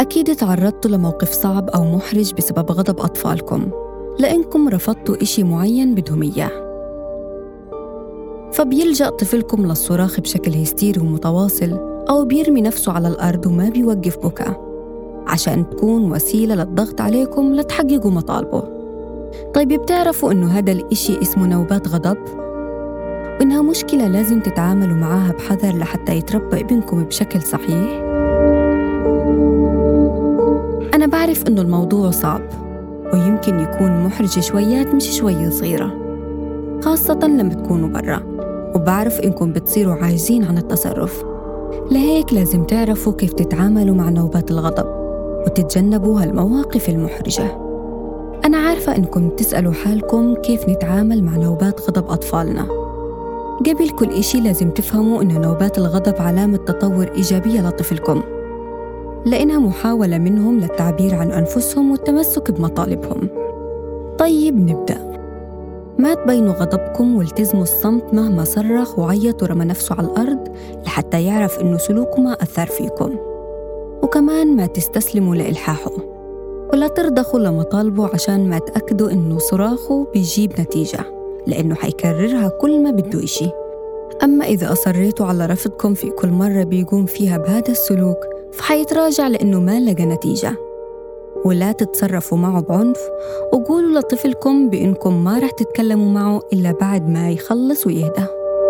أكيد تعرضتوا لموقف صعب أو محرج بسبب غضب أطفالكم لأنكم رفضتوا إشي معين بدهم إياه، فبيلجأ طفلكم للصراخ بشكل هستيري ومتواصل أو بيرمي نفسه على الأرض وما بيوقف بكاء عشان تكون وسيلة للضغط عليكم لتحققوا مطالبه. طيب بتعرفوا إنه هذا الإشي اسمه نوبات غضب؟ وإنها مشكلة لازم تتعاملوا معاها بحذر لحتى يتربى ابنكم بشكل صحيح؟ أنا بعرف إنه الموضوع صعب ويمكن يكون محرج شويات مش شوية صغيرة، خاصة لما تكونوا برا، وبعرف إنكم بتصيروا عاجزين عن التصرف. لهيك لازم تعرفوا كيف تتعاملوا مع نوبات الغضب وتتجنبوا هالمواقف المحرجة. أنا عارفة إنكم تسألوا حالكم كيف نتعامل مع نوبات غضب أطفالنا. قبل كل إشي لازم تفهموا إن نوبات الغضب علامة تطور إيجابية لطفلكم، لأنها محاولة منهم للتعبير عن أنفسهم والتمسك بمطالبهم. طيب نبدأ. ما تبينوا غضبكم والتزموا الصمت مهما صرخ وعيط ورمى نفسه على الأرض لحتى يعرف إنه سلوكه ما أثر فيكم. وكمان ما تستسلموا لإلحاحه ولا ترضخوا لمطالبه عشان ما تأكدوا إنه صراخه بيجيب نتيجة، لأنه حيكررها كل ما بده إشي. أما إذا أصريتوا على رفضكم في كل مرة بيقوم فيها بهذا السلوك فحيتراجع لأنه ما لقى نتيجة. ولا تتصرفوا معه بعنف، وقولوا لطفلكم بإنكم ما رح تتكلموا معه إلا بعد ما يخلص ويهدى.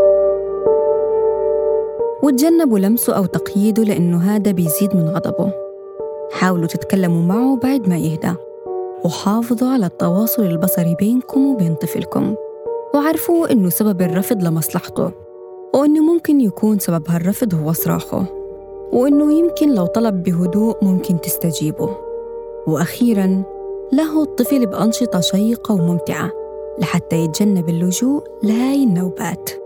وتجنبوا لمسه أو تقييده لأنه هذا بيزيد من غضبه. حاولوا تتكلموا معه بعد ما يهدى، وحافظوا على التواصل البصري بينكم وبين طفلكم، وعرفوا إنه سبب الرفض لمصلحته، وإنه ممكن يكون سبب هالرفض هو صراخه، وإنه يمكن لو طلب بهدوء ممكن تستجيبه. وأخيراً له الطفل بأنشطة شيقة وممتعة لحتى يتجنب اللجوء لهاي النوبات.